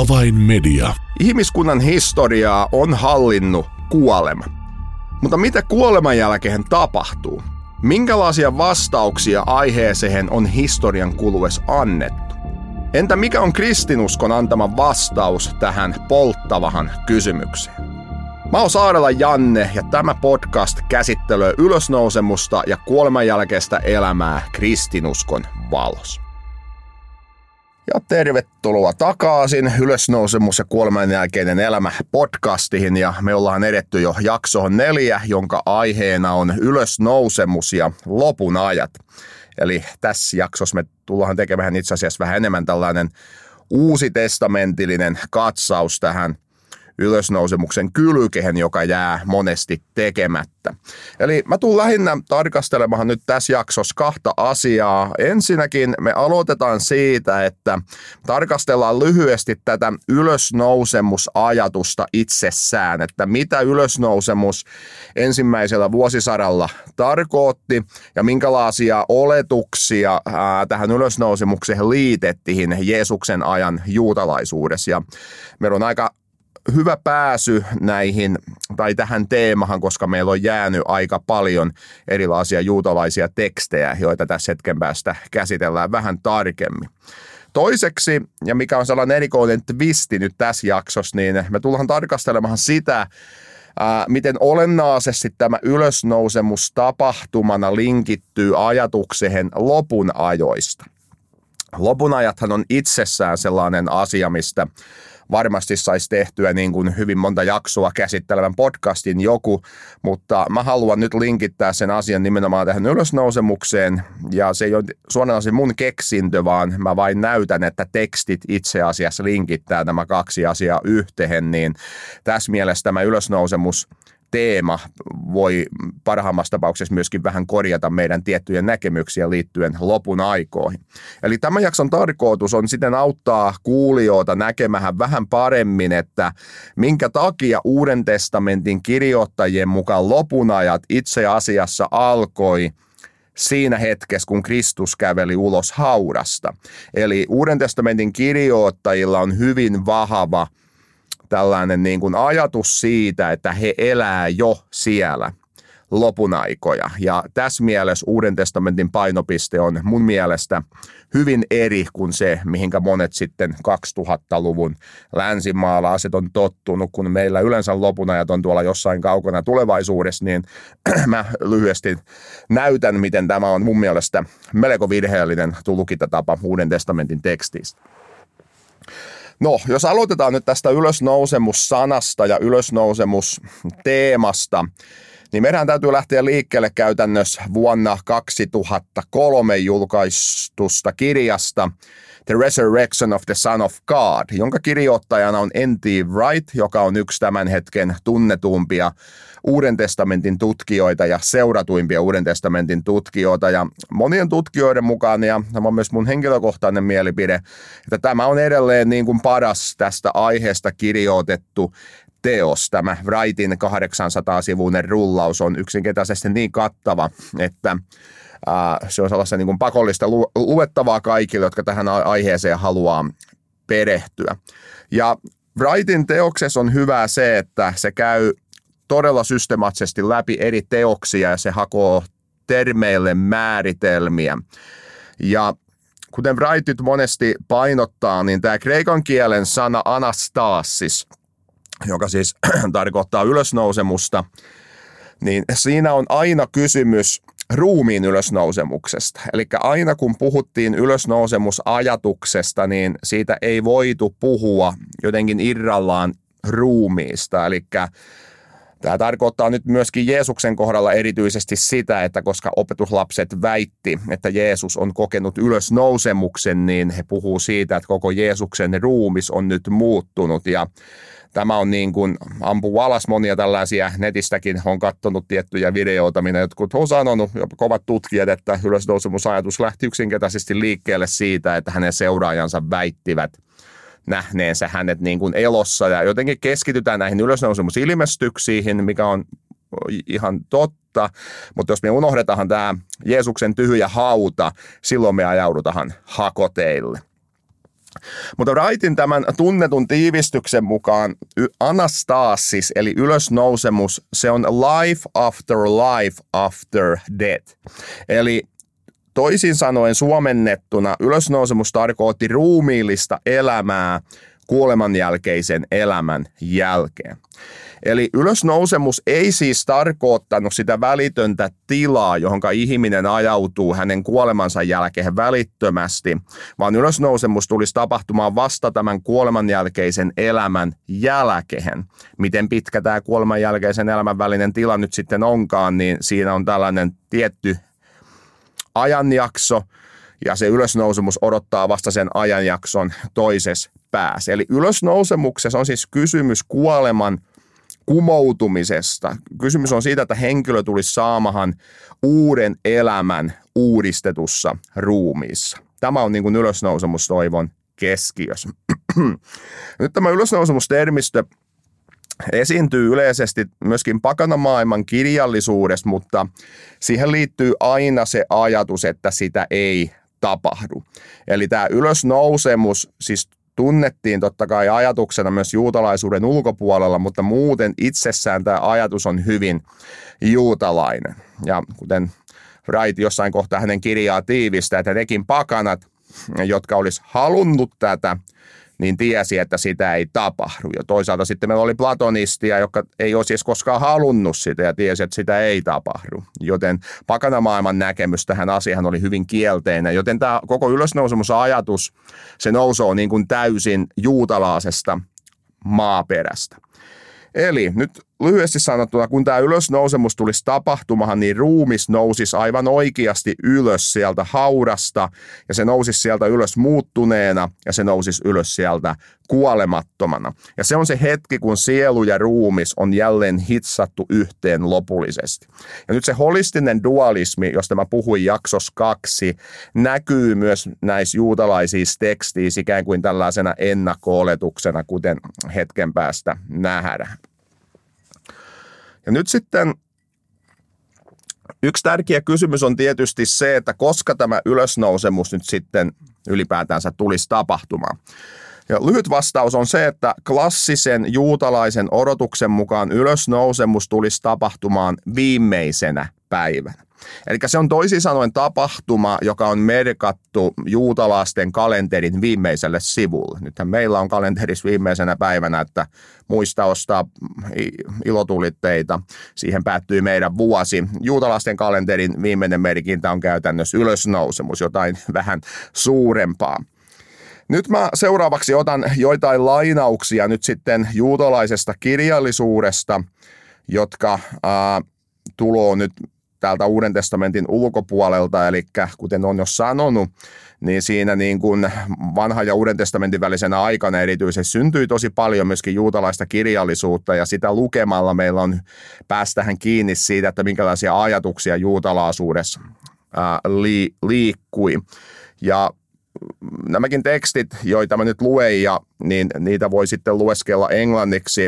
Avainmedia. Ihmiskunnan historiaa on hallinnut kuolema. Mutta mitä kuoleman jälkeen tapahtuu? Minkälaisia vastauksia aiheeseen on historian kuluessa annettu? Entä mikä on kristinuskon antama vastaus tähän polttavahan kysymykseen? Mä oon Saarela Janne ja tämä podcast käsittelee ylösnousemusta ja kuoleman jälkeistä elämää kristinuskon valossa. Ja tervetuloa takaisin Ylösnousemus ja kuoleman jälkeinen elämä podcastiin, ja me ollaan edetty jo jaksoon 4, jonka aiheena on ylösnousemus ja lopun ajat. Eli tässä jaksossa me tullaan tekemään itse asiassa vähän enemmän tällainen uusitestamentillinen katsaus tähän ylösnousemuksen kylkeen, joka jää monesti tekemättä. Eli mä tulen lähinnä tarkastelemaan nyt tässä jaksossa 2 asiaa. Ensinnäkin me aloitetaan siitä, että tarkastellaan lyhyesti tätä ylösnousemusajatusta itsessään, että mitä ylösnousemus ensimmäisellä vuosisadalla tarkoitti ja minkälaisia oletuksia tähän ylösnousemukseen liitettiin Jeesuksen ajan juutalaisuudessa. Ja meillä on aika hyvä pääsy tähän teemahan, koska meillä on jäänyt aika paljon erilaisia juutalaisia tekstejä, joita tässä hetken päästä käsitellään vähän tarkemmin. Toiseksi, ja mikä on sellainen erikoinen twisti nyt tässä jaksossa, niin me tullaan tarkastelemaan sitä, miten olennaisesti tämä ylösnousemus tapahtumana linkittyy ajatukseen lopun ajoista. Lopun ajathan on itsessään sellainen asia, mistä varmasti saisi tehtyä niin kuin hyvin monta jaksoa käsittelevän podcastin joku, mutta mä haluan nyt linkittää sen asian nimenomaan tähän ylösnousemukseen, ja se ei ole suoranaisesti mun keksintö, vaan mä vain näytän, että tekstit itse asiassa linkittää nämä 2 asiaa yhteen, niin tässä mielessä tämä ylösnousemus teema voi parhaimmassa tapauksessa myöskin vähän korjata meidän tiettyjä näkemyksiä liittyen lopun aikoihin. Eli tämän jakson tarkoitus on sitten auttaa kuulijoita näkemään vähän paremmin, että minkä takia Uuden testamentin kirjoittajien mukaan lopun ajat itse asiassa alkoi siinä hetkessä, kun Kristus käveli ulos haudasta. Eli Uuden testamentin kirjoittajilla on hyvin vahva tällainen niin kuin ajatus siitä, että he elää jo siellä lopun aikoja. Ja tässä mielessä Uuden testamentin painopiste on mun mielestä hyvin eri kuin se, mihinkä monet sitten 2000-luvun länsimaalaiset on tottunut, kun meillä yleensä lopun ajat on tuolla jossain kaukana tulevaisuudessa, niin mä lyhyesti näytän, miten tämä on mun mielestä melko virheellinen tulkintatapa Uuden testamentin tekstistä. No, jos aloitetaan nyt tästä ylösnousemussanasta ja ylösnousemusteemasta, niin meidän täytyy lähteä liikkeelle käytännössä vuonna 2003 julkaistusta kirjasta The Resurrection of the Son of God, jonka kirjoittajana on N.T. Wright, joka on yksi tämän hetken tunnetuimpia Uuden testamentin tutkijoita ja seuratuimpia Uuden testamentin tutkijoita. Ja monien tutkijoiden mukaan, ja tämä on myös mun henkilökohtainen mielipide, että tämä on edelleen niin kuin paras tästä aiheesta kirjoitettu teos. Tämä Wrightin 800-sivuinen rullaus on yksinkertaisesti niin kattava, että se on sellaista niin kuin pakollista luettavaa kaikille, jotka tähän aiheeseen haluaa perehtyä. Ja Wrightin teoksessa on hyvä se, että se käy todella systemaattisesti läpi eri teoksia ja se hakoo termeille määritelmiä. Ja kuten Wright nyt monesti painottaa, niin tämä kreikan kielen sana anastasis, joka siis tarkoittaa ylösnousemusta, niin siinä on aina kysymys ruumiin ylösnousemuksesta. Eli aina kun puhuttiin ylösnousemusajatuksesta, niin siitä ei voitu puhua jotenkin irrallaan ruumiista. Eli tämä tarkoittaa nyt myöskin Jeesuksen kohdalla erityisesti sitä, että koska opetuslapset väitti, että Jeesus on kokenut ylösnousemuksen, niin he puhuu siitä, että koko Jeesuksen ruumis on nyt muuttunut. Ja tämä on niin kuin ampuu alas monia tällaisia, netistäkin on katsonut tiettyjä videoita, minä jotkut on sanonut, jopa kovat tutkijat, että ylösnousemusajatus lähti yksinkertaisesti liikkeelle siitä, että hänen seuraajansa väittivät nähneensä hänet niin kuin elossa, ja jotenkin keskitytään näihin ylösnousemusilmestyksiin, mikä on ihan totta, mutta jos me unohdetaan tämä Jeesuksen tyhjä hauta, silloin me ajaudutaan hakoteille. Mutta Wrightin tämän tunnetun tiivistyksen mukaan anastasis eli ylösnousemus, se on life after death. Eli toisin sanoen suomennettuna ylösnousemus tarkoitti ruumiillista elämää kuoleman jälkeisen elämän jälkeen. Eli ylösnousemus ei siis tarkoittanut sitä välitöntä tilaa, johon ihminen ajautuu hänen kuolemansa jälkeen välittömästi, vaan ylösnousemus tulisi tapahtumaan vasta tämän kuoleman jälkeisen elämän jälkeen. Miten pitkä tämä kuoleman jälkeisen elämän välinen tila nyt sitten onkaan, niin siinä on tällainen tietty ajanjakso, ja se ylösnousemus odottaa vasta sen ajanjakson toisessa päässä. Eli ylösnousemuksessa on siis kysymys kuoleman kumoutumisesta. Kysymys on siitä, että henkilö tulisi saamahan uuden elämän uudistetussa ruumiissa. Tämä on niin kuin ylösnousemustoivon keskiössä. Nyt tämä ylösnousemustermistö esiintyy yleisesti myöskin pakanamaailman kirjallisuudessa, mutta siihen liittyy aina se ajatus, että sitä ei tapahdu. Eli tämä ylösnousemus siis tunnettiin totta kai ajatuksena myös juutalaisuuden ulkopuolella, mutta muuten itsessään tämä ajatus on hyvin juutalainen. Ja kuten Wright jossain kohtaa hänen kirjaa tiivistää, että nekin pakanat, jotka olisi halunnut tätä, niin tiesi, että sitä ei tapahdu. Ja toisaalta sitten meillä oli platonistia, jotka ei olisi edes koskaan halunnut sitä ja tiesi, että sitä ei tapahdu. Joten pakanamaailman näkemys tähän asiaan oli hyvin kielteinen. Joten tämä koko ylösnousemusajatus, se nousee niin kuin täysin juutalaisesta maaperästä. Eli nyt lyhyesti sanottuna, kun tämä ylösnousemus tulisi tapahtumahan, niin ruumis nousisi aivan oikeasti ylös sieltä haudasta ja se nousisi sieltä ylös muuttuneena ja se nousisi ylös sieltä kuolemattomana. Ja se on se hetki, kun sielu ja ruumis on jälleen hitsattu yhteen lopullisesti. Ja nyt se holistinen dualismi, josta mä puhuin jaksossa 2, näkyy myös näissä juutalaisissa teksteissä ikään kuin tällaisena ennakko-oletuksena, kuten hetken päästä nähdään. Ja nyt sitten yksi tärkeä kysymys on tietysti se, että koska tämä ylösnousemus nyt sitten ylipäätänsä tulisi tapahtumaan. Ja lyhyt vastaus on se, että klassisen juutalaisen odotuksen mukaan ylösnousemus tulisi tapahtumaan viimeisenä päivänä. Eli se on toisin sanoen tapahtuma, joka on merkattu juutalaisten kalenterin viimeiselle sivulle. Nythän meillä on kalenterissa viimeisenä päivänä, että muista ostaa ilotulitteita. Siihen päättyy meidän vuosi. Juutalaisten kalenterin viimeinen merkintä on käytännössä ylösnousemus, jotain vähän suurempaa. Nyt mä seuraavaksi otan joitain lainauksia nyt sitten juutalaisesta kirjallisuudesta, jotka tuloo nyt täältä Uuden testamentin ulkopuolelta, eli kuten on jo sanonut, niin siinä niin kuin vanhan ja Uuden testamentin välisenä aikana erityisesti syntyi tosi paljon myöskin juutalaista kirjallisuutta, ja sitä lukemalla meillä on päästähän kiinni siitä, että minkälaisia ajatuksia juutalaisuudessa liikkui. Ja nämäkin tekstit, joita mä nyt luen, niin niitä voi sitten lueskella englanniksi.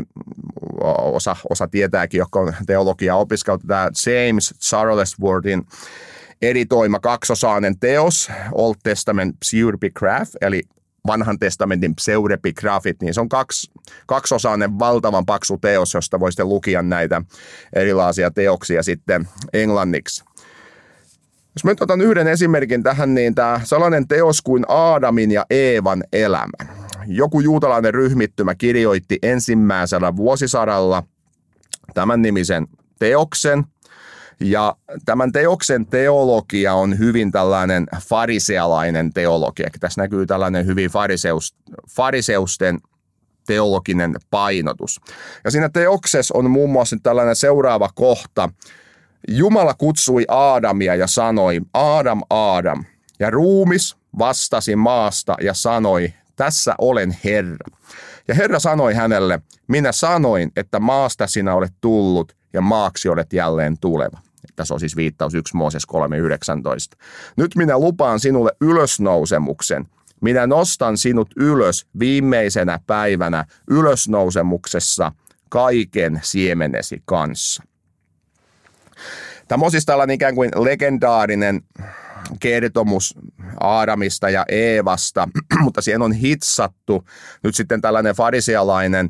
Osa tietääkin, jotka on teologiaa opiskeltu. Tämä James Charlesworthin editoima kaksosainen teos, Old Testament pseudepigraph, eli vanhan testamentin pseudepigraphit, niin se on kaksosainen valtavan paksu teos, josta voi sitten lukia näitä erilaisia teoksia sitten englanniksi. Jos mä nyt otan yhden esimerkin tähän, niin tämä sellainen teos kuin Aadamin ja Eevan elämä. Joku juutalainen ryhmittymä kirjoitti ensimmäisellä vuosisadalla tämän nimisen teoksen. Ja tämän teoksen teologia on hyvin tällainen farisealainen teologia. Tässä näkyy tällainen hyvin fariseusten teologinen painotus. Ja siinä teoksessa on muun muassa tällainen seuraava kohta. Jumala kutsui Aadamia ja sanoi, Aadam, Aadam. Ja ruumis vastasi maasta ja sanoi, tässä olen Herra. Ja Herra sanoi hänelle, minä sanoin, että maasta sinä olet tullut ja maaksi olet jälleen tuleva. Tässä on siis viittaus 1 Mooses 3.19. Nyt minä lupaan sinulle ylösnousemuksen. Minä nostan sinut ylös viimeisenä päivänä ylösnousemuksessa kaiken siemenesi kanssa. Tämä on siis tällainen ikään kuin legendaarinen kertomus Aadamista ja Eevasta, mutta siihen on hitsattu nyt sitten tällainen farisealainen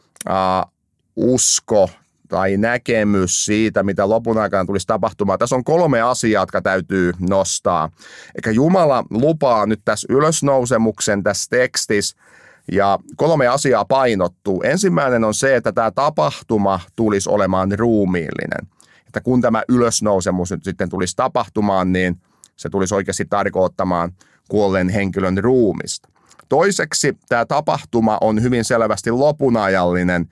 usko tai näkemys siitä, mitä lopun aikana tulisi tapahtumaan. Tässä on 3 asiaa, jotka täytyy nostaa. Eikä Jumala lupaa nyt tässä ylösnousemuksen tässä tekstissä, ja 3 asiaa painottuu. Ensimmäinen on se, että tämä tapahtuma tulisi olemaan ruumiillinen. Että kun tämä ylösnousemus nyt sitten tulisi tapahtumaan, niin se tulisi oikeasti tarkoittamaan kuolleen henkilön ruumista. Toiseksi tämä tapahtuma on hyvin selvästi lopunajallinen.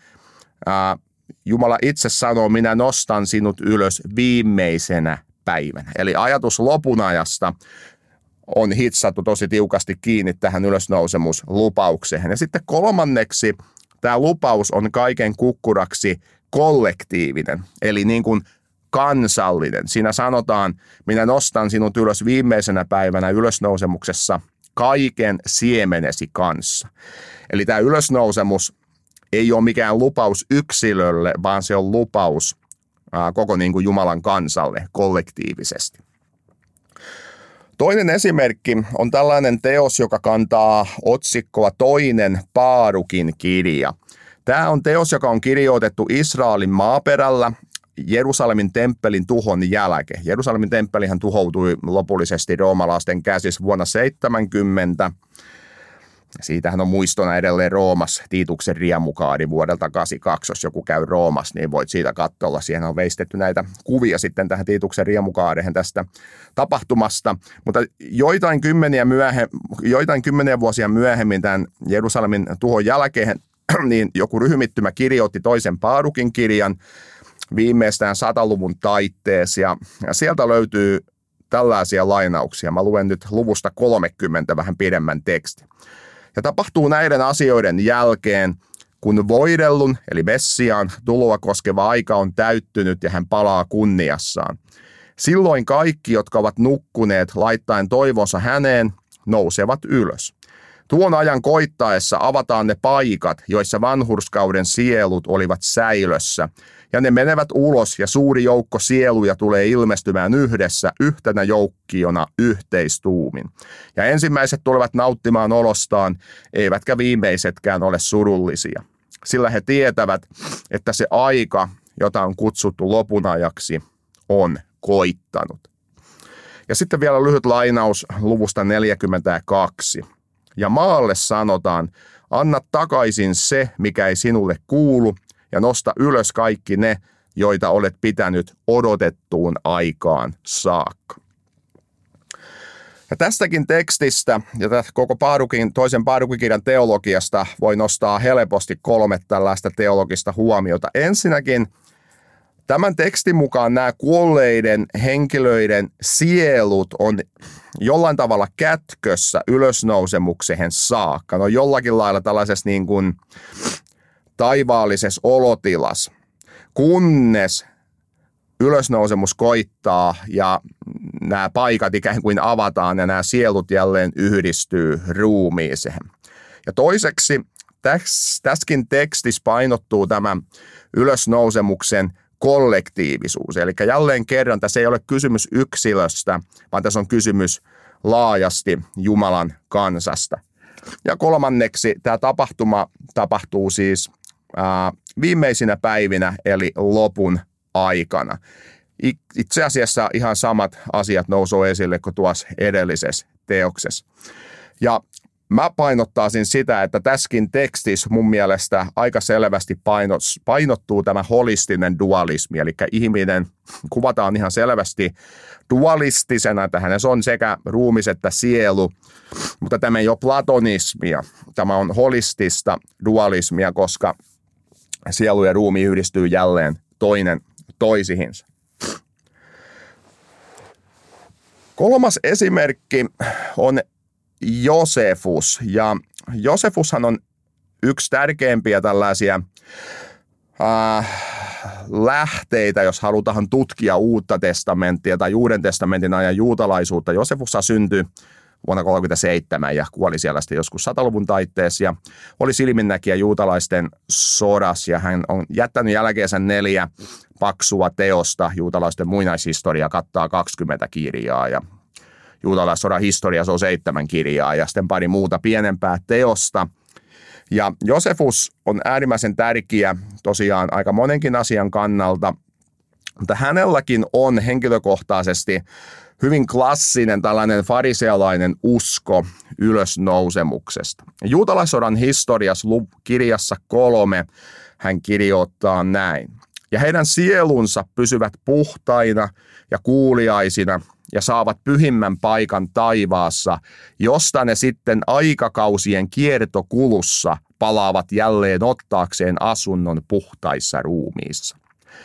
Jumala itse sanoo, minä nostan sinut ylös viimeisenä päivänä. Eli ajatus lopunajasta on hitsattu tosi tiukasti kiinni tähän ylösnousemuslupaukseen. Ja sitten kolmanneksi tämä lupaus on kaiken kukkuraksi kollektiivinen, eli niin kuin kansallinen. Siinä sanotaan, minä nostan sinut ylös viimeisenä päivänä ylösnousemuksessa kaiken siemenesi kanssa. Eli tämä ylösnousemus ei ole mikään lupaus yksilölle, vaan se on lupaus koko niin kuin Jumalan kansalle kollektiivisesti. Toinen esimerkki on tällainen teos, joka kantaa otsikkoa Toinen Baarukin kirja. Tämä on teos, joka on kirjoitettu Israelin maaperällä Jerusalemin temppelin tuhon jälkeen. Jerusalemin temppelihän tuhoutui lopullisesti roomalaisten käsissä vuonna 70. Siitähän on muistona edelleen Roomassa Tiituksen riemukaari vuodelta 82. Jos joku käy Roomassa, niin voit siitä katsoa. Siihen on veistetty näitä kuvia sitten tähän Tiituksen riemukaareen tästä tapahtumasta. Mutta joitain kymmeniä vuosia myöhemmin tämän Jerusalemin tuhon jälkeen niin joku ryhmittymä kirjoitti Toisen Baarukin kirjan viimeistään 100-luvun taitteessa. Ja sieltä löytyy tällaisia lainauksia. Mä luen nyt luvusta 30 vähän pidemmän tekstin. Ja tapahtuu näiden asioiden jälkeen, kun voidellun, eli Messiaan, tuloa koskeva aika on täyttynyt ja hän palaa kunniassaan. Silloin kaikki, jotka ovat nukkuneet laittaen toivonsa häneen, nousevat ylös. Tuon ajan koittaessa avataan ne paikat, joissa vanhurskauden sielut olivat säilössä, ja ne menevät ulos ja suuri joukko sieluja tulee ilmestymään yhdessä yhtenä joukkiona yhteistuumin. Ja ensimmäiset tulevat nauttimaan olostaan, eivätkä viimeisetkään ole surullisia, sillä he tietävät, että se aika, jota on kutsuttu lopun ajaksi, on koittanut. Ja sitten vielä lyhyt lainaus luvusta 42. Ja maalle sanotaan, anna takaisin se, mikä ei sinulle kuulu, ja nosta ylös kaikki ne, joita olet pitänyt odotettuun aikaan saakka. Ja tästäkin tekstistä ja koko toisen Baarukin kirjan teologiasta voi nostaa helposti 3 tällaista teologista huomiota. Ensinnäkin tämän tekstin mukaan nämä kuolleiden henkilöiden sielut on jollain tavalla kätkössä ylösnousemukseen saakka. No jollakin lailla tällaisessa niin kuin taivaallisessa olotilassa, kunnes ylösnousemus koittaa ja nämä paikat ikään kuin avataan ja nämä sielut jälleen yhdistyy ruumiiseen. Ja toiseksi tässäkin tekstissä painottuu tämä ylösnousemuksen kollektiivisuus. Eli jälleen kerran tässä ei ole kysymys yksilöstä, vaan tässä on kysymys laajasti Jumalan kansasta. Ja kolmanneksi tämä tapahtuma tapahtuu siis viimeisinä päivinä eli lopun aikana. Itse asiassa ihan samat asiat nousee esille kuin tuossa edellisessä teoksessa. Ja mä painottaisin sitä, että tässäkin tekstissä mun mielestä aika selvästi painottuu tämä holistinen dualismi, eli ihminen kuvataan ihan selvästi dualistisena, että hänessä on sekä ruumis että sielu, mutta tämä ei ole platonismia, tämä on holistista dualismia, koska sielu ja ruumi yhdistyy jälleen toinen toisiinsa. Kolmas esimerkki on Josefus, ja Josefushan on yksi tärkeimpiä tällaisia lähteitä, jos halutaan tutkia Uutta testamenttia tai Uuden testamentin ajan juutalaisuutta. Josefus syntyi vuonna 1937 ja kuoli siellä sitten joskus 100-luvun taitteessa ja oli silminnäkijä juutalaisten sodassa ja hän on jättänyt jälkeensä 4 paksua teosta. Juutalaisten muinaishistoria kattaa 20 kirjaa ja juutalaissodan historia, se on 7 kirjaa ja sitten pari muuta pienempää teosta. Ja Josefus on äärimmäisen tärkeä tosiaan aika monenkin asian kannalta, mutta hänelläkin on henkilökohtaisesti hyvin klassinen tällainen farisealainen usko ylösnousemuksesta. Juutalaissodan historiassa kirjassa 3 hän kirjoittaa näin. Ja heidän sielunsa pysyvät puhtaina ja kuuliaisina ja saavat pyhimmän paikan taivaassa, josta ne sitten aikakausien kiertokulussa palaavat jälleen ottaakseen asunnon puhtaissa ruumiissa.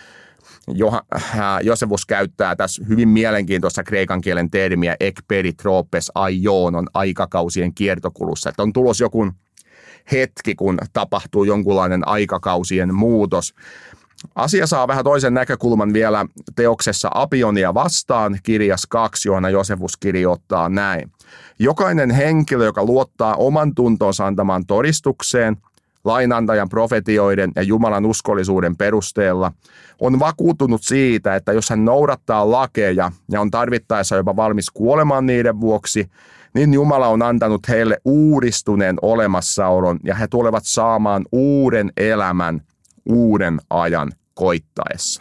Josefus käyttää tässä hyvin mielenkiintoista kreikan kielen termiä ekperitropes aion on aikakausien kiertokulussa. Että on tulos joku hetki, kun tapahtuu jonkunlainen aikakausien muutos. Asia saa vähän toisen näkökulman vielä teoksessa Apionia vastaan, kirjas 2, johon Josefus kirjoittaa näin. Jokainen henkilö, joka luottaa oman tuntonsa antamaan todistukseen, lainantajan profetioiden ja Jumalan uskollisuuden perusteella, on vakuuttunut siitä, että jos hän noudattaa lakeja ja on tarvittaessa jopa valmis kuolemaan niiden vuoksi, niin Jumala on antanut heille uudistuneen olemassaolon ja he tulevat saamaan uuden elämän uuden ajan koittaessa.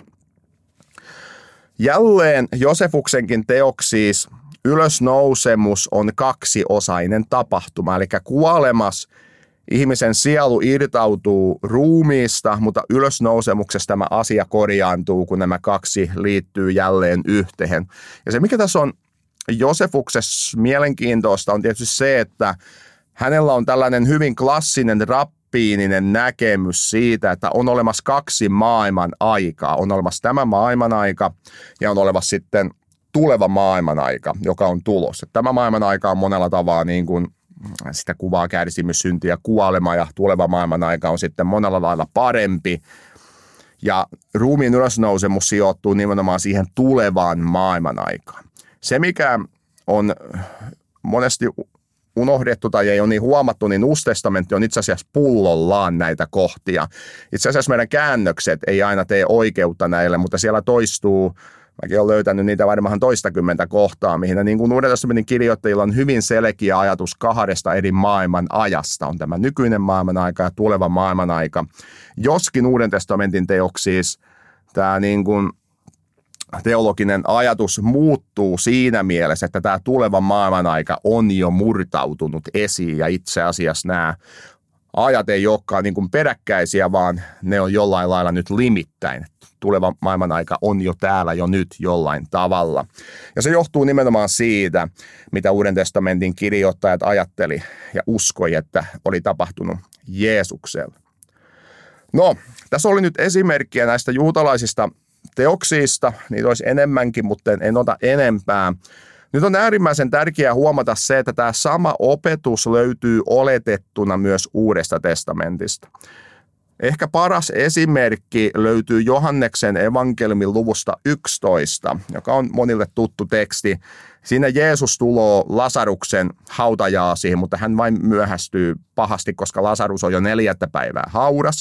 Jälleen Josefuksenkin teoksiis ylösnousemus on 2-osainen tapahtuma, eli kuolemas ihmisen sielu irtautuu ruumiista, mutta ylösnousemuksessa tämä asia korjaantuu, kun nämä 2 liittyy jälleen yhteen. Ja se, mikä tässä on Josefuksessa mielenkiintoista, on tietysti se, että hänellä on tällainen hyvin klassinen rappiininen näkemys siitä, että on olemassa 2 maailman aikaa. On olemassa tämä maailman aika ja on olemassa sitten tuleva maailman aika, joka on tulossa. Tämä maailman aika on monella tavalla niin kuin sitä kuvaa kärsimys, synti ja kuolema, ja tuleva maailman aika on sitten monella lailla parempi. Ja ruumiin ylösnousemus sijoittuu nimenomaan siihen tulevaan maailman aikaan. Se, mikä on monesti unohdettu tai ei ole niin huomattu, niin Uusi testamentti on itse asiassa pullollaan näitä kohtia. Itse asiassa meidän käännökset ei aina tee oikeutta näille, mutta siellä toistuu. Mäkin olen löytänyt niitä varmaan 20 kohtaa, mihin niin kuin Uuden testamentin kirjoittajilla on hyvin selkeä ajatus 2 eri maailman ajasta. On tämä nykyinen maailman aika ja tuleva maailman aika. Joskin Uuden testamentin teoksiis tämä niin kuin teologinen ajatus muuttuu siinä mielessä, että tämä tuleva maailman aika on jo murtautunut esiin ja itse asiassa nämä ajat ei olekaan niin kuin peräkkäisiä, vaan ne on jollain lailla nyt limittäin. Tuleva maailman aika on jo täällä jo nyt jollain tavalla. Ja se johtuu nimenomaan siitä, mitä Uuden testamentin kirjoittajat ajatteli ja uskoi, että oli tapahtunut Jeesuksella. No, tässä oli nyt esimerkkiä näistä juutalaisista teoksista. Niitä olisi enemmänkin, mutta en ota enempää. Nyt on äärimmäisen tärkeää huomata se, että tämä sama opetus löytyy oletettuna myös Uudesta testamentista. Ehkä paras esimerkki löytyy Johanneksen evankeliumin luvusta 11, joka on monille tuttu teksti. Siinä Jeesus tuloo Lasaruksen hautajaisiin, mutta hän vain myöhästyy pahasti, koska Lasarus on jo 4. päivää haudas.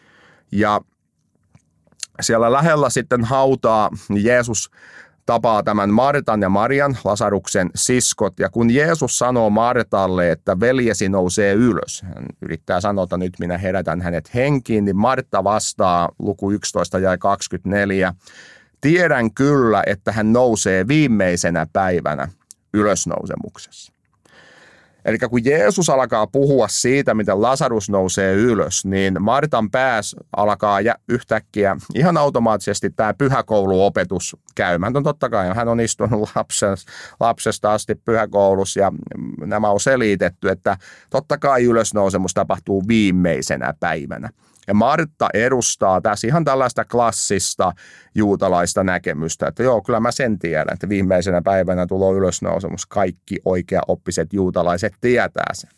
Ja siellä lähellä sitten hautaa Jeesus tapaa tämän Martan ja Marian, Lasaruksen siskot, ja kun Jeesus sanoo Martalle, että veljesi nousee ylös, hän yrittää sanoa, että nyt minä herätän hänet henkiin, niin Martta vastaa, luku 11 ja 24, tiedän kyllä, että hän nousee viimeisenä päivänä ylösnousemuksessa. Eli kun Jeesus alkaa puhua siitä, miten Lasarus nousee ylös, niin Martan päässä alkaa yhtäkkiä ihan automaattisesti tämä pyhäkouluopetus käymään. Totta kai hän on istunut lapsesta asti pyhäkoulussa ja nämä on selitetty, että totta kai ylösnousemus tapahtuu viimeisenä päivänä. Ja Martta edustaa tässä ihan tällaista klassista juutalaista näkemystä, että joo, kyllä mä sen tiedän, että viimeisenä päivänä tulee ylösnousemus. Kaikki oikeaoppiset juutalaiset tietää sen.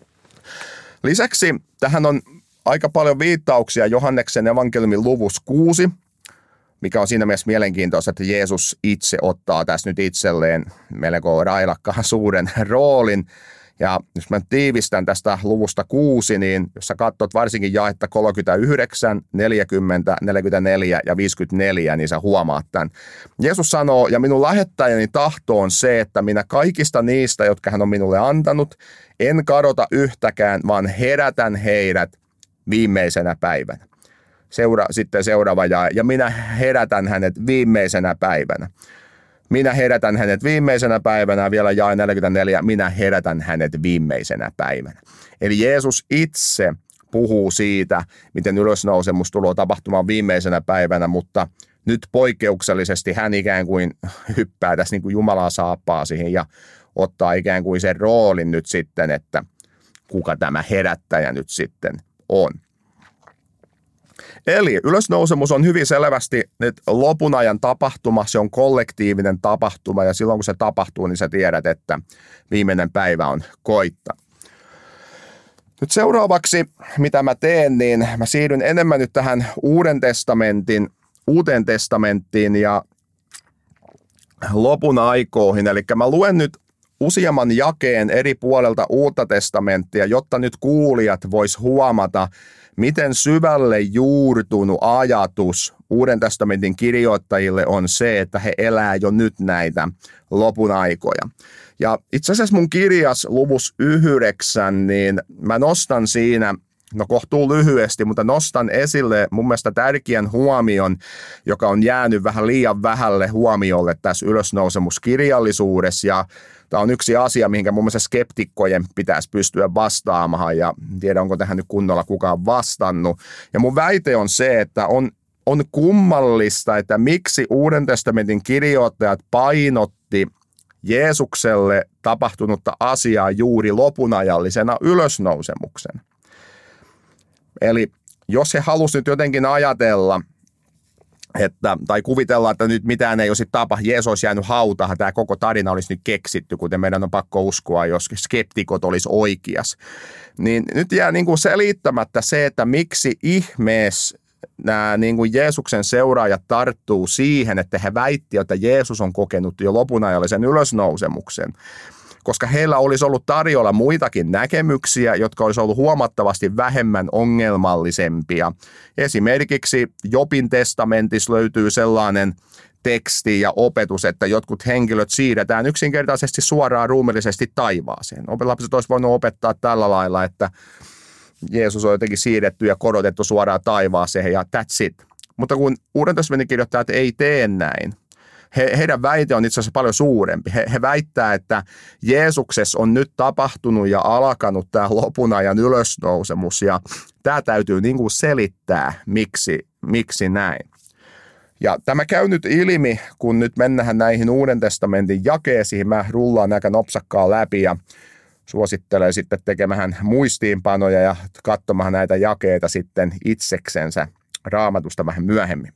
Lisäksi tähän on aika paljon viittauksia Johanneksen evankeliumin luvussa 6, mikä on siinä mielessä mielenkiintoista, että Jeesus itse ottaa tässä nyt itselleen melko railakkaan suuren roolin. Ja jos mä tiivistän tästä luvusta 6, niin jos sä katsot varsinkin jaetta 39, 40, 44 ja 54, niin sä huomaat tämän. Jeesus sanoo, ja minun lähettäjäni tahto on se, että minä kaikista niistä, jotka hän on minulle antanut, en kadota yhtäkään, vaan herätän heidät viimeisenä päivänä. Sitten seuraava jae, ja minä herätän hänet viimeisenä päivänä. Minä herätän hänet viimeisenä päivänä, vielä jae 44, minä herätän hänet viimeisenä päivänä. Eli Jeesus itse puhuu siitä, miten ylösnousemus tulee tapahtumaan viimeisenä päivänä, mutta nyt poikkeuksellisesti hän ikään kuin hyppää tässä niin kuin Jumalaa saappaa siihen ja ottaa ikään kuin sen roolin nyt sitten, että kuka tämä herättäjä nyt sitten on. Eli ylösnousemus on hyvin selvästi nyt lopun ajan tapahtuma, se on kollektiivinen tapahtuma ja silloin kun se tapahtuu, niin sä tiedät, että viimeinen päivä on koittanut. Nyt seuraavaksi, mitä mä teen, niin mä siirryn enemmän nyt tähän Uuteen testamenttiin ja lopun aikoihin. Eli mä luen nyt useamman jakeen eri puolelta Uutta testamenttia, jotta nyt kuulijat vois huomata, miten syvälle juurtunut ajatus Uuden testamentin kirjoittajille on se, että he elää jo nyt näitä lopun aikoja. Ja itse asiassa mun kirjas luvus 9, niin mä nostan siinä, kohtuu lyhyesti, mutta nostan esille mun mielestä tärkeän huomion, joka on jäänyt vähän liian vähälle huomiolle tässä ylösnousemuskirjallisuudessa. Ja tämä on yksi asia, mihinkä mun mielestä skeptikkojen pitäisi pystyä vastaamaan, ja en tiedä, onko tähän nyt kunnolla kukaan vastannut. Ja mun väite on se, että on kummallista, että miksi Uuden testamentin kirjoittajat painotti Jeesukselle tapahtunutta asiaa juuri lopunajallisena ylösnousemuksen. Eli jos he halusivat nyt jotenkin ajatella, tai kuvitella, että nyt mitään ei olisi tapahtunut, Jeesus olisi jäänyt hautaan, tämä koko tarina olisi nyt keksitty, kuten meidän on pakko uskoa, jos skeptikot olisi oikeas. Niin nyt jää niin kuin selittämättä se, että miksi ihmeessä nämä niin kuin Jeesuksen seuraajat tarttuu siihen, että he väittivät, että Jeesus on kokenut jo lopunajallisen ylösnousemuksen. Koska heillä olisi ollut tarjolla muitakin näkemyksiä, jotka olisi ollut huomattavasti vähemmän ongelmallisempia. Esimerkiksi Jobin testamentissa löytyy sellainen teksti ja opetus, että jotkut henkilöt siirretään yksinkertaisesti suoraan ruumillisesti taivaaseen. Lapset olisi voinut opettaa tällä lailla, että Jeesus on jotenkin siirretty ja korotettu suoraan taivaaseen ja that's it. Mutta kun Uuden testamentin kirjoittajat ei tee näin, heidän väite on itse asiassa paljon suurempi. He väittää, että Jeesuksessa on nyt tapahtunut ja alkanut tämä lopun ajan ylösnousemus, ja tämä täytyy niin kuin selittää, miksi näin. Ja tämä käy nyt ilmi, kun nyt mennään näihin Uuden testamentin jakeisiin. Mä rullaan aika nopsakkaan läpi ja suosittelen sitten tekemään muistiinpanoja ja katsomaan näitä jakeita sitten itseksensä Raamatusta vähän myöhemmin.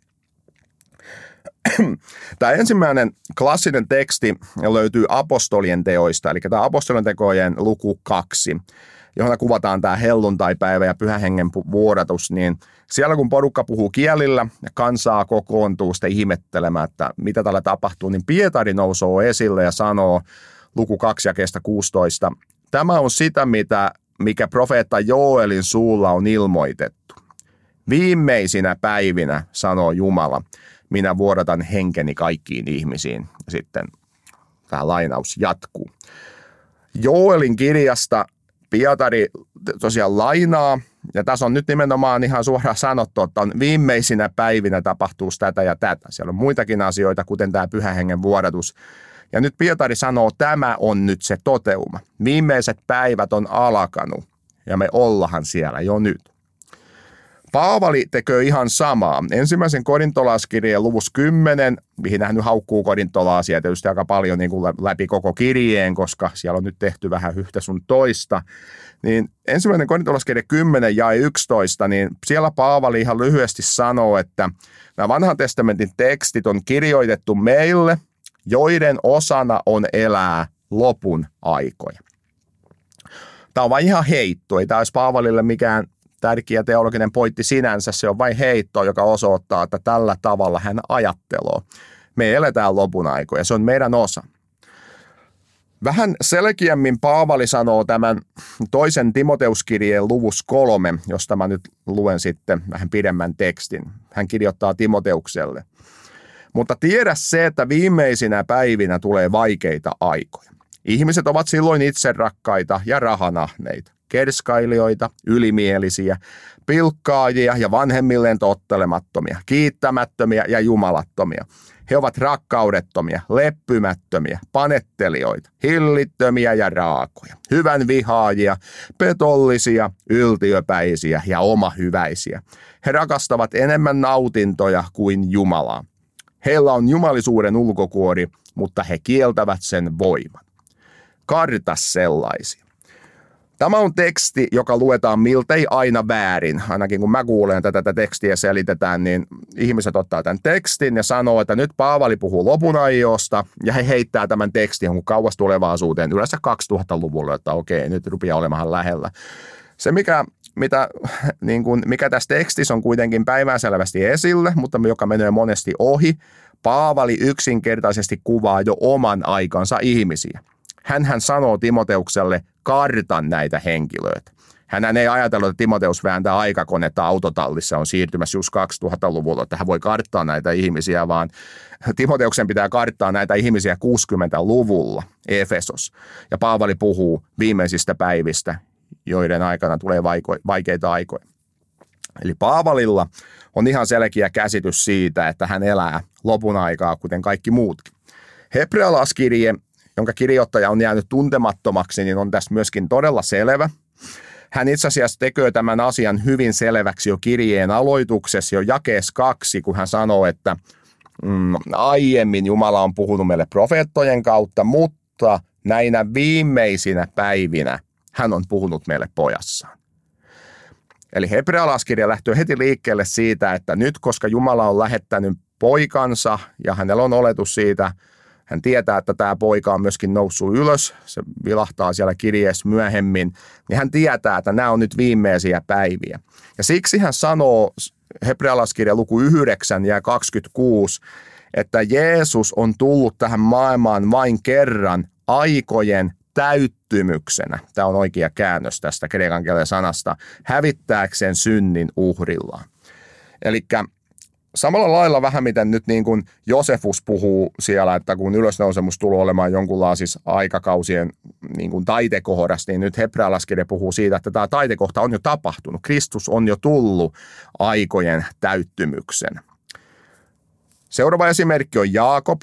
Tämä ensimmäinen klassinen teksti löytyy apostolien teoista, eli tämä apostolien tekojen luku 2, johon kuvataan tämä helluntaipäivä ja pyhän hengen vuodatus, niin siellä kun porukka puhuu kielillä ja kansaa kokoontuu sitten ihmettelemään, että mitä tällä tapahtuu, niin Pietari nousee esille ja sanoo luku 2 jakeesta 16, tämä on sitä, mikä profeetta Joelin suulla on ilmoitettu. Viimeisinä päivinä, sanoo Jumala, minä vuodatan henkeni kaikkiin ihmisiin. Sitten tämä lainaus jatkuu. Joelin kirjasta Pietari tosiaan lainaa, ja tässä on nyt nimenomaan ihan suoraan sanottu, että on viimeisinä päivinä tapahtuu tätä ja tätä. Siellä on muitakin asioita, kuten tämä pyhän hengen vuodatus. Ja nyt Pietari sanoo, että tämä on nyt se toteuma. Viimeiset päivät on alkanut, ja me ollahan siellä jo nyt. Paavali tekee ihan samaa. Ensimmäisen korintolaiskirjeen luvus 10, mihin hän nyt haukkuu korintolaasia tietysti aika paljon niin kuin läpi koko kirjeen, koska siellä on nyt tehty vähän yhtä sun toista. Niin ensimmäinen korintolaiskirje 10 jae 11, niin siellä Paavali ihan lyhyesti sanoo, että nämä vanhan testamentin tekstit on kirjoitettu meille, joiden osana on elää lopun aikoja. Tämä on vain ihan heitto, ei tämä olisi Paavalille mikään tärkeä teologinen pointti sinänsä, se on vain heitto, joka osoittaa, että tällä tavalla hän ajattelee. Me eletään lopun aikoja, se on meidän osa. Vähän selkeämmin Paavali sanoo tämän toisen Timoteuskirjeen luvus 3, josta mä nyt luen sitten vähän pidemmän tekstin. Hän kirjoittaa Timoteukselle. Mutta tiedä se, että viimeisinä päivinä tulee vaikeita aikoja. Ihmiset ovat silloin itserakkaita ja rahanahneita, kerskailijoita, ylimielisiä, pilkkaajia ja vanhemmilleen tottelemattomia, kiittämättömiä ja jumalattomia. He ovat rakkaudettomia, leppymättömiä, panettelijoita, hillittömiä ja raakoja, hyvän vihaajia, petollisia, yltiöpäisiä ja omahyväisiä. He rakastavat enemmän nautintoja kuin Jumalaa. Heillä on jumalisuuden ulkokuori, mutta he kieltävät sen voiman. Karta sellaisia. Tämä on teksti, joka luetaan miltei aina väärin. Ainakin kun mä kuulen tätä tekstiä selitetään, niin ihmiset ottaa tämän tekstin ja sanoo, että nyt Paavali puhuu lopunajosta ja he heittää tämän tekstin jonkun kauas tulevaisuuteen, yleensä 2000-luvulla, että okei, nyt rupeaa olemaan lähellä. Se, mikä tässä tekstissä on kuitenkin päivänselvästi esille, mutta joka menee monesti ohi, Paavali yksinkertaisesti kuvaa jo oman aikansa ihmisiä. Hänhän sanoo Timoteukselle, karta näitä henkilöitä. Hänhän ei ajatellut, että Timoteus vääntää aikakonetta autotallissa, on siirtymässä just 2000-luvulla, että hän voi karttaa näitä ihmisiä, vaan Timoteuksen pitää karttaa näitä ihmisiä 60-luvulla Efesos. Ja Paavali puhuu viimeisistä päivistä, joiden aikana tulee vaikeita aikoja. Eli Paavalilla on ihan selkeä käsitys siitä, että hän elää lopun aikaa, kuten kaikki muutkin. Hebrealaiskirje, jonka kirjoittaja on jäänyt tuntemattomaksi, niin on tässä myöskin todella selvä. Hän itse asiassa tekee tämän asian hyvin selväksi jo kirjeen aloituksessa, jo jakeessa 2, kun hän sanoo, että aiemmin Jumala on puhunut meille profeettojen kautta, mutta näinä viimeisinä päivinä hän on puhunut meille pojassaan. Eli hebrealaiskirja lähtee heti liikkeelle siitä, että nyt koska Jumala on lähettänyt poikansa ja hänellä on oletus siitä, hän tietää, että tämä poika on myöskin noussut ylös, se vilahtaa siellä kirjeessä myöhemmin, niin hän tietää, että nämä on nyt viimeisiä päiviä. Ja siksi hän sanoo hebrealaiskirja luku 9 ja 26, että Jeesus on tullut tähän maailmaan vain kerran aikojen täyttymyksenä. Tämä on oikea käännös tästä kreikan kielen sanasta, hävittääkseen synnin uhrillaan. Elikkä samalla lailla vähän miten nyt niin kuin Josefus puhuu siellä, että kun ylösnousemus tulee olemaan jonkunlaisissa aikakausien niin kuin taitekohdassa, niin nyt hebrealaiskirja puhuu siitä, että tämä taitekohta on jo tapahtunut. Kristus on jo tullut aikojen täyttymyksen. Seuraava esimerkki on Jaakob,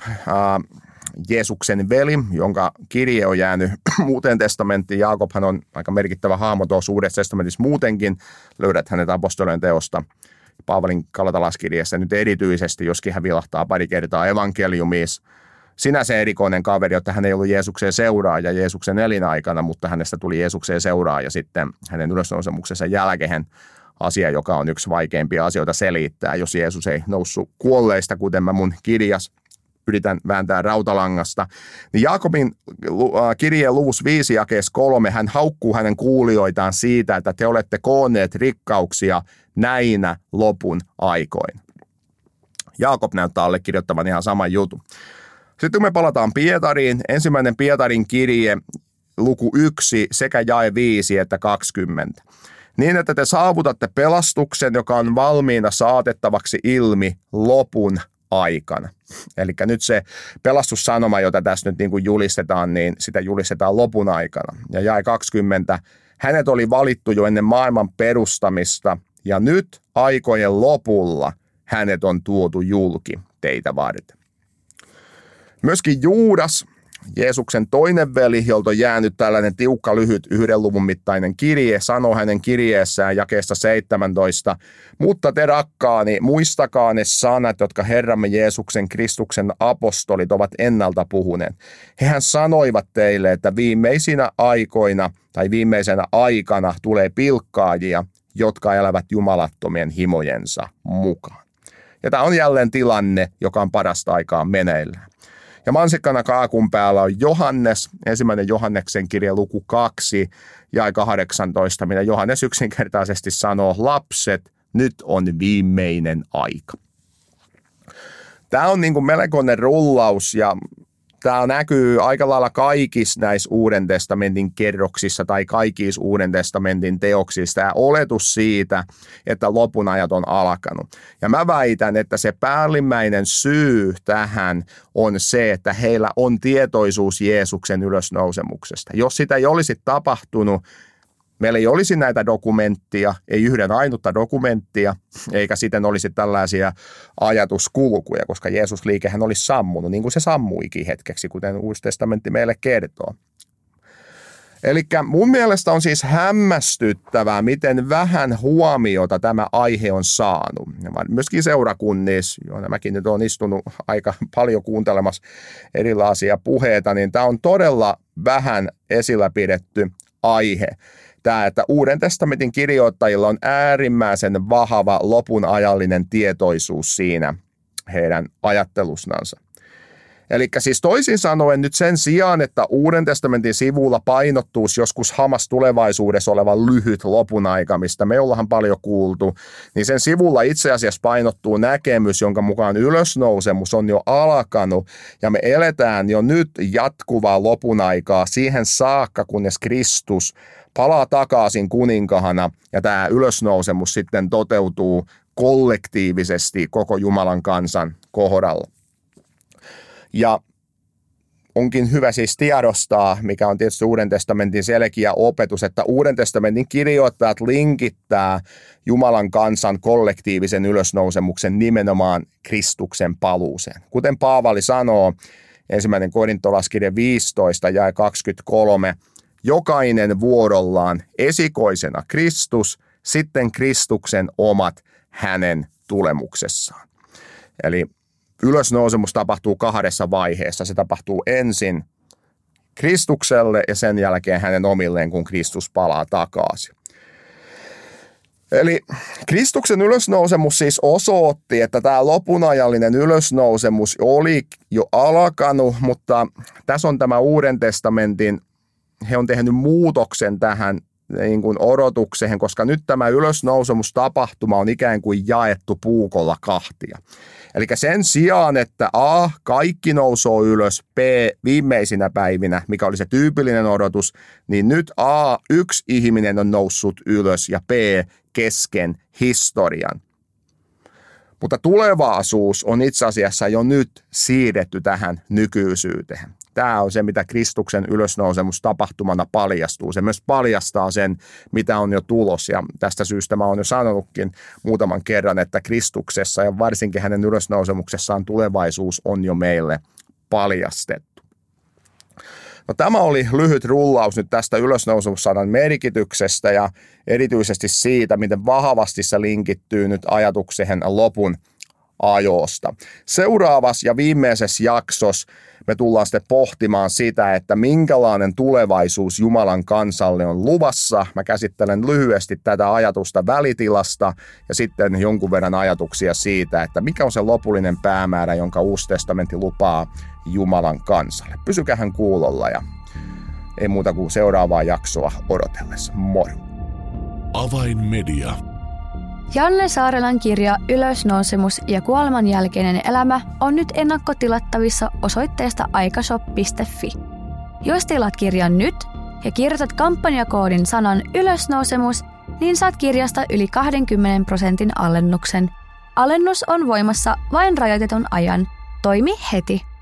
Jeesuksen veli, jonka kirje on jäänyt Uuteen testamenttiin. Jaakobhan on aika merkittävä hahmo tuossa Uudessa testamentissa muutenkin. Löydät hänet apostolien teosta. Paavalin Galatalaiskirjeessä nyt erityisesti, joskin hän vilahtaa pari kertaa evankeliumissa. Sinänsä erikoinen kaveri, että hän ei ollut Jeesuksen seuraaja Jeesuksen elinaikana, mutta hänestä tuli Jeesuksen seuraaja sitten hänen ylösnousemuksensa jälkeen. Asia, joka on yksi vaikeimpia asioita selittää, jos Jeesus ei noussut kuolleista, kuten mä mun kirjas yritän vääntää rautalangasta. Niin Jaakobin kirjeen luvus 5 jakeessa 3, hän haukkuu hänen kuulijoitaan siitä, että te olette koonneet rikkauksia näinä lopun aikoina. Jaakob näyttää allekirjoittavan ihan saman jutun. Sitten me palataan Pietariin. Ensimmäinen Pietarin kirje, luku 1, sekä jae 5 että 20. Niin, että te saavutatte pelastuksen, joka on valmiina saatettavaksi ilmi lopun aikana. Eli nyt se pelastussanoma, jota tässä nyt niin kuin julistetaan, niin sitä julistetaan lopun aikana. Ja jae 20. Hänet oli valittu jo ennen maailman perustamista, ja nyt aikojen lopulla hänet on tuotu julki teitä varten. Myöskin Juudas, Jeesuksen toinen veli, jolta on jäänyt tällainen tiukka, lyhyt 1 luvun mittainen kirje, sanoo hänen kirjeessään jakeesta 17, mutta te rakkaani, muistakaa ne sanat, jotka Herramme Jeesuksen Kristuksen apostolit ovat ennalta puhuneet. Hehän sanoivat teille, että viimeisinä aikoina tai viimeisenä aikana tulee pilkkaajia, jotka elävät jumalattomien himojensa mukaan. Ja tämä on jälleen tilanne, joka on parasta aikaa meneillään. Ja mansikkana kaakun päällä on Johannes, ensimmäinen Johanneksen kirje luku 2, jae 18, mitä Johannes yksinkertaisesti sanoo, lapset, nyt on viimeinen aika. Tämä on niin kuin melkoinen rullaus ja tämä näkyy aika lailla kaikissa näissä Uuden testamentin kerroksissa tai kaikissa Uuden testamentin teoksissa, tämä oletus siitä, että lopun ajat on alkanut. Ja mä väitän, että se päällimmäinen syy tähän on se, että heillä on tietoisuus Jeesuksen ylösnousemuksesta. Jos sitä ei olisi tapahtunut, meillä ei olisi näitä dokumentteja, ei yhden ainutta dokumenttia, eikä siten olisi tällaisia ajatuskulkuja, koska Jeesus-liikehän olisi sammunut, niin kuin se sammuikin hetkeksi, kuten Uusi testamentti meille kertoo. Eli mun mielestä on siis hämmästyttävää, miten vähän huomiota tämä aihe on saanut. Myöskin seurakunnissa, joina mäkin nyt olen istunut aika paljon kuuntelemassa erilaisia puheita, niin tämä on todella vähän esillä pidetty aihe. Tämä, että Uuden testamentin kirjoittajilla on äärimmäisen vahva lopun ajallinen tietoisuus siinä heidän ajattelussansa. Eli siis toisin sanoen nyt sen sijaan, että Uuden testamentin sivulla painottuisi joskus hamas tulevaisuudessa oleva lyhyt lopun aika, mistä me ollaan paljon kuultu, niin sen sivulla itse asiassa painottuu näkemys, jonka mukaan ylösnousemus on jo alkanut ja me eletään jo nyt jatkuvaa lopun aikaa siihen saakka, kunnes Kristus palaa takaisin kuninkahana ja tämä ylösnousemus sitten toteutuu kollektiivisesti koko Jumalan kansan kohdalla. Ja onkin hyvä siis tiedostaa, mikä on tietysti Uuden testamentin selkeä opetus, että Uuden testamentin kirjoittajat linkittää Jumalan kansan kollektiivisen ylösnousemuksen nimenomaan Kristuksen paluuseen. Kuten Paavali sanoo, 1. Korintolaskirje 15 jae 23, jokainen vuorollaan esikoisena Kristus, sitten Kristuksen omat hänen tulemuksessaan. Eli ylösnousemus tapahtuu kahdessa vaiheessa. Se tapahtuu ensin Kristukselle ja sen jälkeen hänen omilleen, kun Kristus palaa takaisin. Eli Kristuksen ylösnousemus siis osoitti, että tämä lopunajallinen ylösnousemus oli jo alkanut, mutta tässä on tämä Uuden testamentin, he on tehnyt muutoksen tähän niin kuin odotukseen, koska nyt tämä ylösnousemustapahtuma on ikään kuin jaettu puukolla kahtia. Eli sen sijaan, että A, kaikki nousoo ylös, B, viimeisinä päivinä, mikä oli se tyypillinen odotus, niin nyt A, yksi ihminen on noussut ylös ja B, kesken historian. Mutta tulevaisuus on itse asiassa jo nyt siirretty tähän nykyisyyteen. Tämä on se, mitä Kristuksen ylösnousemus tapahtumana paljastuu. Se myös paljastaa sen, mitä on jo tulos. Ja tästä syystä mä oon jo sanonutkin muutaman kerran, että Kristuksessa ja varsinkin hänen ylösnousemuksessaan tulevaisuus on jo meille paljastettu. No, tämä oli lyhyt rullaus nyt tästä ylösnousemussanan merkityksestä ja erityisesti siitä, miten vahvasti se linkittyy nyt ajatukseen lopun ajosta. Seuraavassa ja viimeisessä jaksossa me tullaan sitten pohtimaan sitä, että minkälainen tulevaisuus Jumalan kansalle on luvassa. Mä käsittelen lyhyesti tätä ajatusta välitilasta ja sitten jonkun verran ajatuksia siitä, että mikä on se lopullinen päämäärä, jonka Uusi testamentti lupaa Jumalan kansalle. Pysykähän kuulolla ja ei muuta kuin seuraavaa jaksoa odotellessa. Moro! Avainmedia. Janne Saarelan kirja Ylösnousemus ja kuoleman jälkeinen elämä on nyt ennakkotilattavissa osoitteesta aikashop.fi. Jos tilaat kirjan nyt ja kirjoitat kampanjakoodin sanan ylösnousemus, niin saat kirjasta yli 20% alennuksen. Alennus on voimassa vain rajoitetun ajan. Toimi heti!